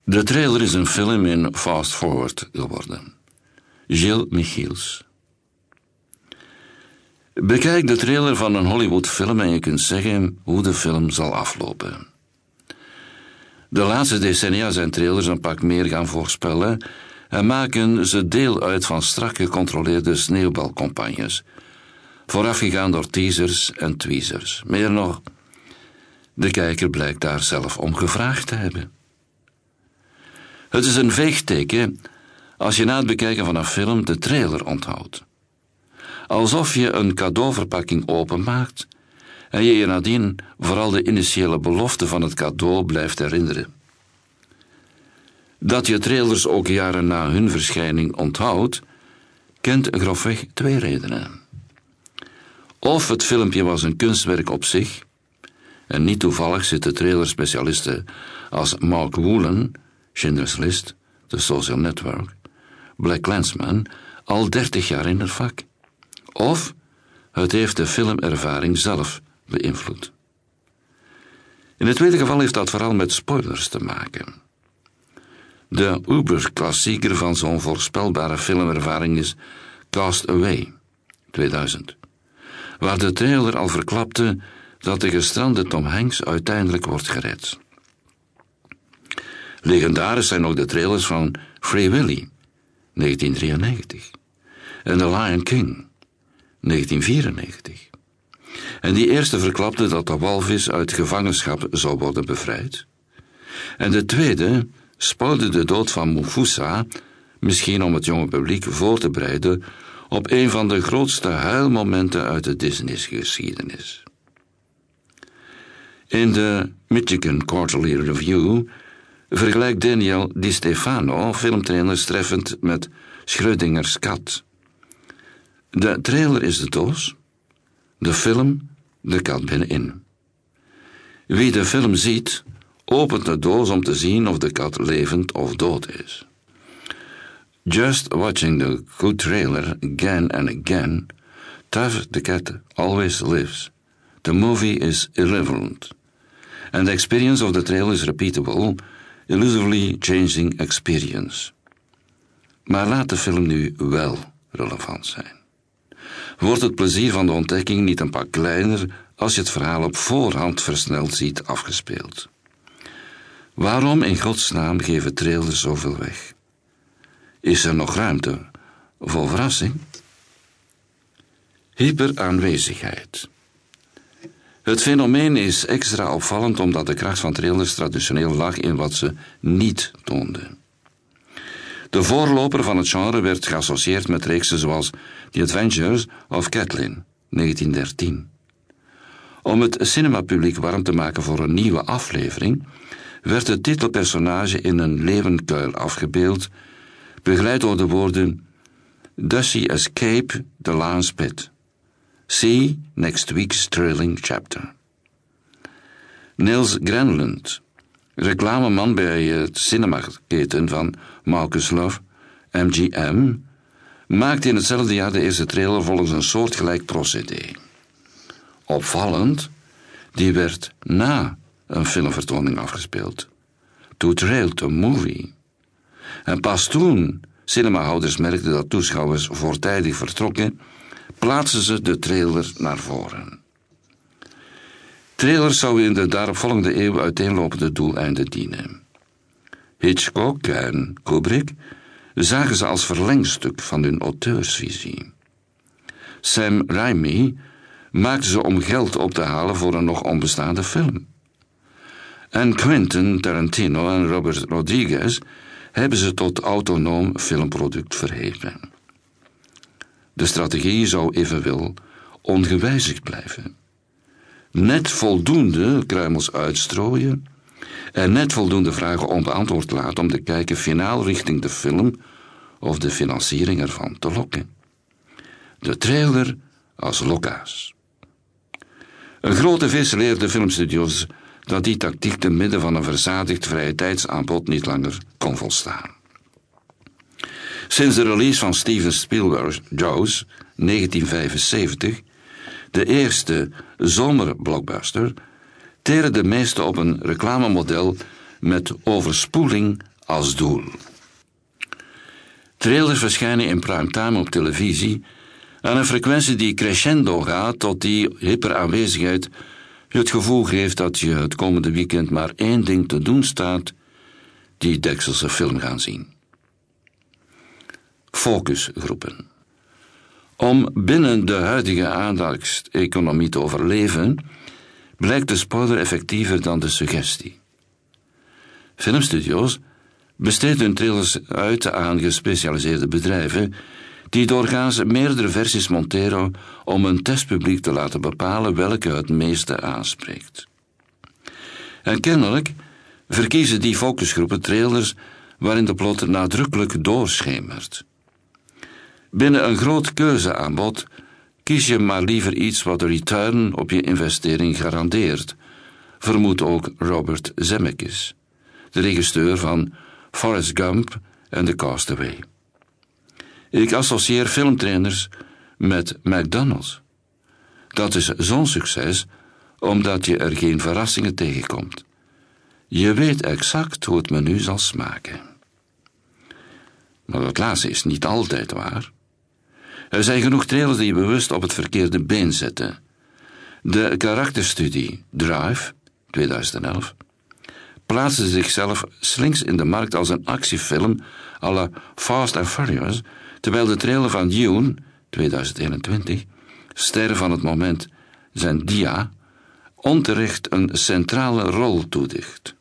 De trailer is een film in fast forward geworden. Gilles Michiels. Bekijk de trailer van een Hollywoodfilm en je kunt zeggen hoe de film zal aflopen. De laatste decennia zijn trailers een pak meer gaan voorspellen en maken ze deel uit van strak gecontroleerde sneeuwbalcampagnes, voorafgegaan door teasers en tweezers. Meer nog, de kijker blijkt daar zelf om gevraagd te hebben. Het is een veegteken als je na het bekijken van een film de trailer onthoudt. Alsof je een cadeauverpakking openmaakt en je nadien vooral de initiële belofte van het cadeau blijft herinneren. Dat je trailers ook jaren na hun verschijning onthoudt, kent grofweg twee redenen. Of het filmpje was een kunstwerk op zich, en niet toevallig zitten trailerspecialisten als Mark Woolen, Schindler's List, The Social Network, BlacKkKlansman al 30 jaar in het vak. Of het heeft de filmervaring zelf beïnvloed. In het tweede geval heeft dat vooral met spoilers te maken. De uberklassieker van zo'n voorspelbare filmervaring is Cast Away, 2000, waar de trailer al verklapte dat de gestrande Tom Hanks uiteindelijk wordt gered. Legendarisch zijn ook de trailers van Free Willy, 1993, en The Lion King, 1994. En die eerste verklapte dat de walvis uit gevangenschap zou worden bevrijd. En de tweede spoilde de dood van Mufasa, misschien om het jonge publiek voor te bereiden op een van de grootste huilmomenten uit de Disney-geschiedenis. In de Michigan Quarterly Review vergelijkt Daniel Di Stefano filmtrailers treffend met Schrödingers kat. De trailer is de doos, de film de kat binnenin. Wie de film ziet, opent de doos om te zien of de kat levend of dood is. Just watching the good trailer again and again, Tough the cat always lives. The movie is irrelevant. And the experience of the trailer is repeatable, elusively changing experience. Maar laat de film nu wel relevant zijn. Wordt het plezier van de ontdekking niet een pak kleiner als je het verhaal op voorhand versneld ziet afgespeeld? Waarom in godsnaam geven trailers zoveel weg? Is er nog ruimte voor verrassing? Hyperaanwezigheid. Het fenomeen is extra opvallend omdat de kracht van trailers traditioneel lag in wat ze niet toonden. De voorloper van het genre werd geassocieerd met reeksen zoals The Adventures of Catelyn, 1913. Om het cinemapubliek warm te maken voor een nieuwe aflevering, werd het titelpersonage in een leeuwenkuil afgebeeld, begeleid door de woorden Does she escape the lion's pit? See next week's thrilling chapter. Nils Grenland, reclameman bij het cinemaketen van Marcus Love, MGM, maakte in hetzelfde jaar de eerste trailer volgens een soortgelijk procedé. Opvallend, die werd na een filmvertoning afgespeeld. To trail the movie. En pas toen cinemahouders merkten dat toeschouwers voortijdig vertrokken, plaatsen ze de trailer naar voren. Trailers zouden in de daaropvolgende eeuw uiteenlopende doeleinden dienen. Hitchcock en Kubrick zagen ze als verlengstuk van hun auteursvisie. Sam Raimi maakte ze om geld op te halen voor een nog onbestaande film. En Quentin Tarantino en Robert Rodriguez hebben ze tot autonoom filmproduct verheven. De strategie zou evenwel ongewijzigd blijven. Net voldoende kruimels uitstrooien en net voldoende vragen onbeantwoord laten om de kijker finaal richting de film of de financiering ervan te lokken. De trailer als lokkaas. Een grote vis leerde filmstudio's dat die tactiek te midden van een verzadigd vrije tijdsaanbod niet langer kon volstaan. Sinds de release van Steven Spielberg's Jaws, 1975, de eerste zomerblockbuster, teren de meesten op een reclamemodel met overspoeling als doel. Trailers verschijnen in primetime op televisie aan een frequentie die crescendo gaat tot die hyperaanwezigheid je het gevoel geeft dat je het komende weekend maar één ding te doen staat, die dekselse film gaan zien. Focusgroepen. Om binnen de huidige aandachtseconomie te overleven, blijkt de spoiler effectiever dan de suggestie. Filmstudio's besteden hun trailers uit aan gespecialiseerde bedrijven die doorgaans meerdere versies monteren om een testpubliek te laten bepalen welke het meeste aanspreekt. En kennelijk verkiezen die focusgroepen trailers waarin de plot nadrukkelijk doorschemert. Binnen een groot keuzeaanbod kies je maar liever iets wat de return op je investering garandeert, vermoedt ook Robert Zemeckis, de regisseur van Forrest Gump en The Castaway. Ik associeer filmtrainers met McDonald's. Dat is zo'n succes omdat je er geen verrassingen tegenkomt. Je weet exact hoe het menu zal smaken. Maar dat laatste is niet altijd waar. Er zijn genoeg trailers die je bewust op het verkeerde been zetten. De karakterstudie Drive, 2011, plaatste zichzelf slinks in de markt als een actiefilm à la Fast and Furious, terwijl de trailer van Dune, 2021, ster van het moment Zendaya, onterecht een centrale rol toedicht.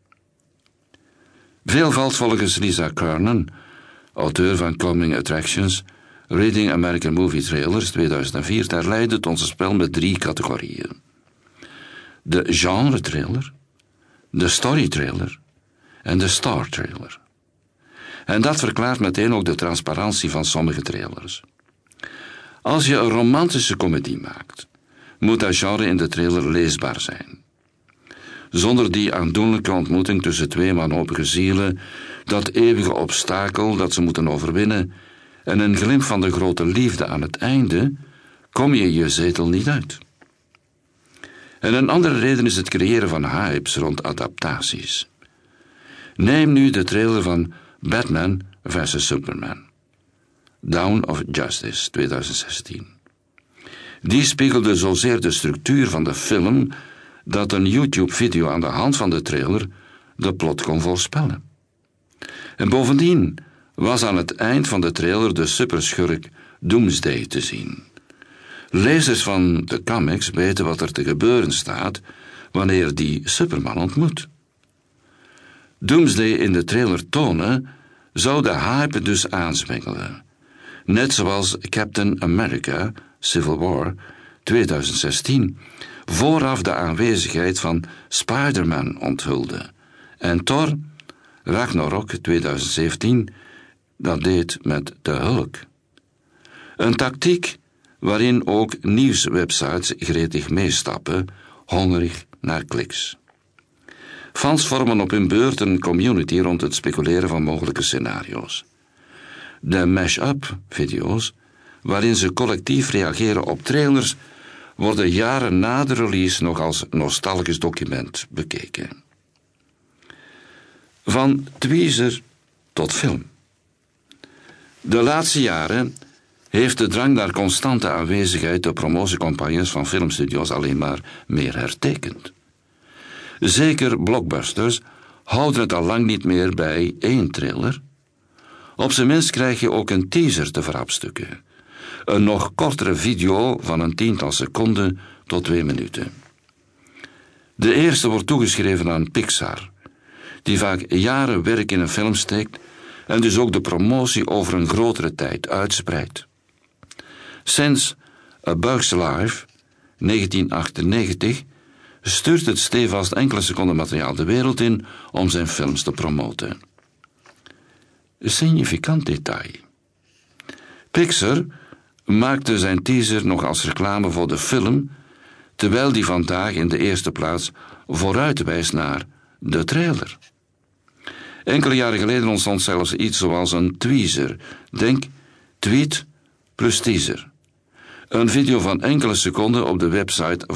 Veel valt volgens Lisa Kernan, auteur van Coming Attractions, Reading American Movie Trailers 2004, te herleiden tot ons spel met 3 categorieën. De genre trailer, de story trailer en de star trailer. En dat verklaart meteen ook de transparantie van sommige trailers. Als je een romantische komedie maakt, moet dat genre in de trailer leesbaar zijn. Zonder die aandoenlijke ontmoeting tussen 2 wanhopige zielen, dat eeuwige obstakel dat ze moeten overwinnen en een glimp van de grote liefde aan het einde, kom je je zetel niet uit. En een andere reden is het creëren van hypes rond adaptaties. Neem nu de trailer van Batman vs. Superman. Dawn of Justice, 2016. Die spiegelde zozeer de structuur van de film dat een YouTube-video aan de hand van de trailer de plot kon voorspellen. En bovendien was aan het eind van de trailer de superschurk Doomsday te zien. Lezers van de comics weten wat er te gebeuren staat wanneer die Superman ontmoet. Doomsday in de trailer tonen zou de hype dus aanzwengelen. Net zoals Captain America, Civil War, 2016, vooraf de aanwezigheid van Spider-Man onthulde. En Thor, Ragnarok, 2017, dat deed met de Hulk. Een tactiek waarin ook nieuwswebsites gretig meestappen, hongerig naar kliks. Fans vormen op hun beurt een community rond het speculeren van mogelijke scenario's. De mash-up-video's, waarin ze collectief reageren op trailers, worden jaren na de release nog als nostalgisch document bekeken. Van tweezer tot film. De laatste jaren heeft de drang naar constante aanwezigheid de promotiecampagnes van filmstudio's alleen maar meer hertekend. Zeker blockbusters houden het al lang niet meer bij 1 trailer. Op zijn minst krijg je ook een teaser te verhapstukken. Een nog kortere video van een 10-tal seconden tot 2 minuten. De eerste wordt toegeschreven aan Pixar, die vaak jaren werk in een film steekt en dus ook de promotie over een grotere tijd uitspreidt. Sinds A Bug's Life, 1998, stuurt het stevast enkele seconden materiaal de wereld in om zijn films te promoten. Een significant detail. Pixar maakte zijn teaser nog als reclame voor de film, terwijl die vandaag in de eerste plaats vooruitwijst naar de trailer. Enkele jaren geleden ontstond zelfs iets zoals een tweezer. Denk tweet plus teaser. Een video van enkele seconden op de website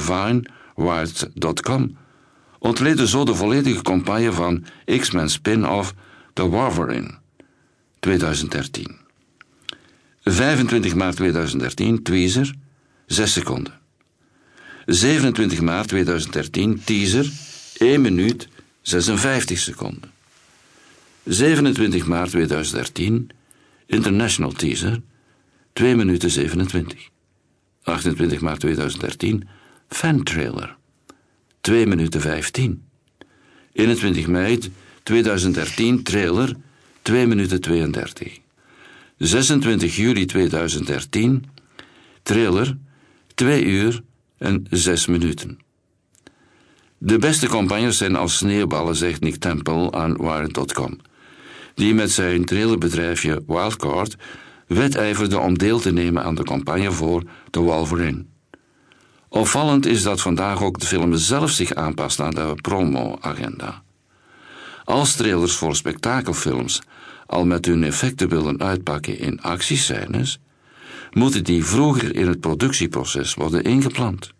vinewired.com ontleedde zo de volledige campagne van X-Men spin-off The Wolverine, 2013. 25 maart 2013, Tweezer, 6 seconden. 27 maart 2013, teaser, 1 minuut, 56 seconden. 27 maart 2013, international teaser, 2 minuten 27. 28 maart 2013, fan trailer, 2 minuten 15. 21 mei 2013, trailer, 2 minuten 32. 26 juli 2013, trailer, 2 uur en 6 minuten. De beste campagnes zijn als sneeuwballen, zegt Nick Temple aan Wired.com, die met zijn trailerbedrijfje Wildcard wedijverde om deel te nemen aan de campagne voor The Wolverine. Opvallend is dat vandaag ook de film zelf zich aanpast aan de promo-agenda. Als trailers voor spektakelfilms al met hun effecten willen uitpakken in actiescènes, moeten die vroeger in het productieproces worden ingepland.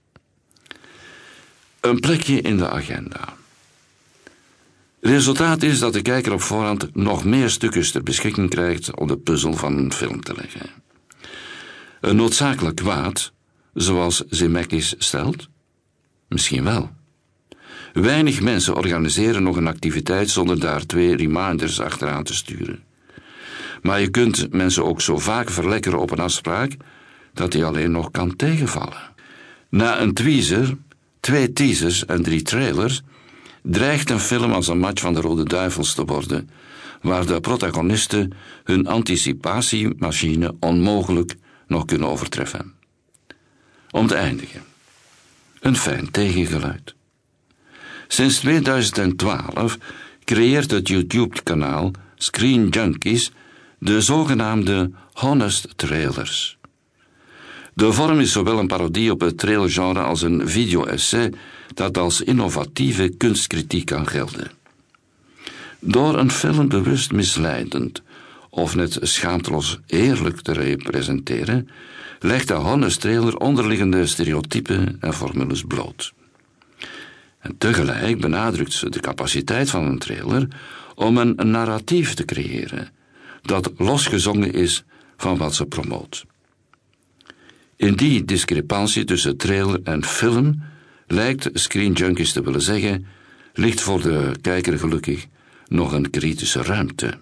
Een plekje in de agenda. Resultaat is dat de kijker op voorhand nog meer stukjes ter beschikking krijgt om de puzzel van een film te leggen. Een noodzakelijk kwaad, zoals Zemeckis stelt? Misschien wel. Weinig mensen organiseren nog een activiteit zonder daar 2 reminders achteraan te sturen. Maar je kunt mensen ook zo vaak verlekkeren op een afspraak dat die alleen nog kan tegenvallen. Na een tweezer, 2 teasers en 3 trailers dreigt een film als een match van de Rode Duivels te worden, waar de protagonisten hun anticipatiemachine onmogelijk nog kunnen overtreffen. Om te eindigen. Een fijn tegengeluid. Sinds 2012 creëert het YouTube-kanaal Screen Junkies de zogenaamde honest trailers. De vorm is zowel een parodie op het trailergenre als een video-essay dat als innovatieve kunstkritiek kan gelden. Door een film bewust misleidend of net schaamteloos eerlijk te representeren, legt de honest trailer onderliggende stereotypen en formules bloot. En tegelijk benadrukt ze de capaciteit van een trailer om een narratief te creëren dat losgezongen is van wat ze promoot. In die discrepantie tussen trailer en film lijkt Screen Junkies te willen zeggen, ligt voor de kijker gelukkig nog een kritische ruimte.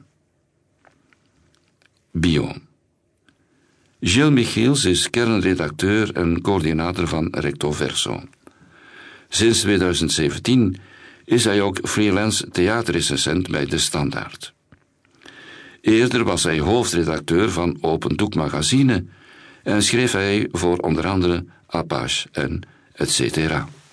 Bio. Gilles Michiels is kernredacteur en coördinator van Recto Verso. Sinds 2017 is hij ook freelance theaterrecensent bij De Standaard. Eerder was hij hoofdredacteur van Open Doek Magazine en schreef hij voor onder andere Apache en etc.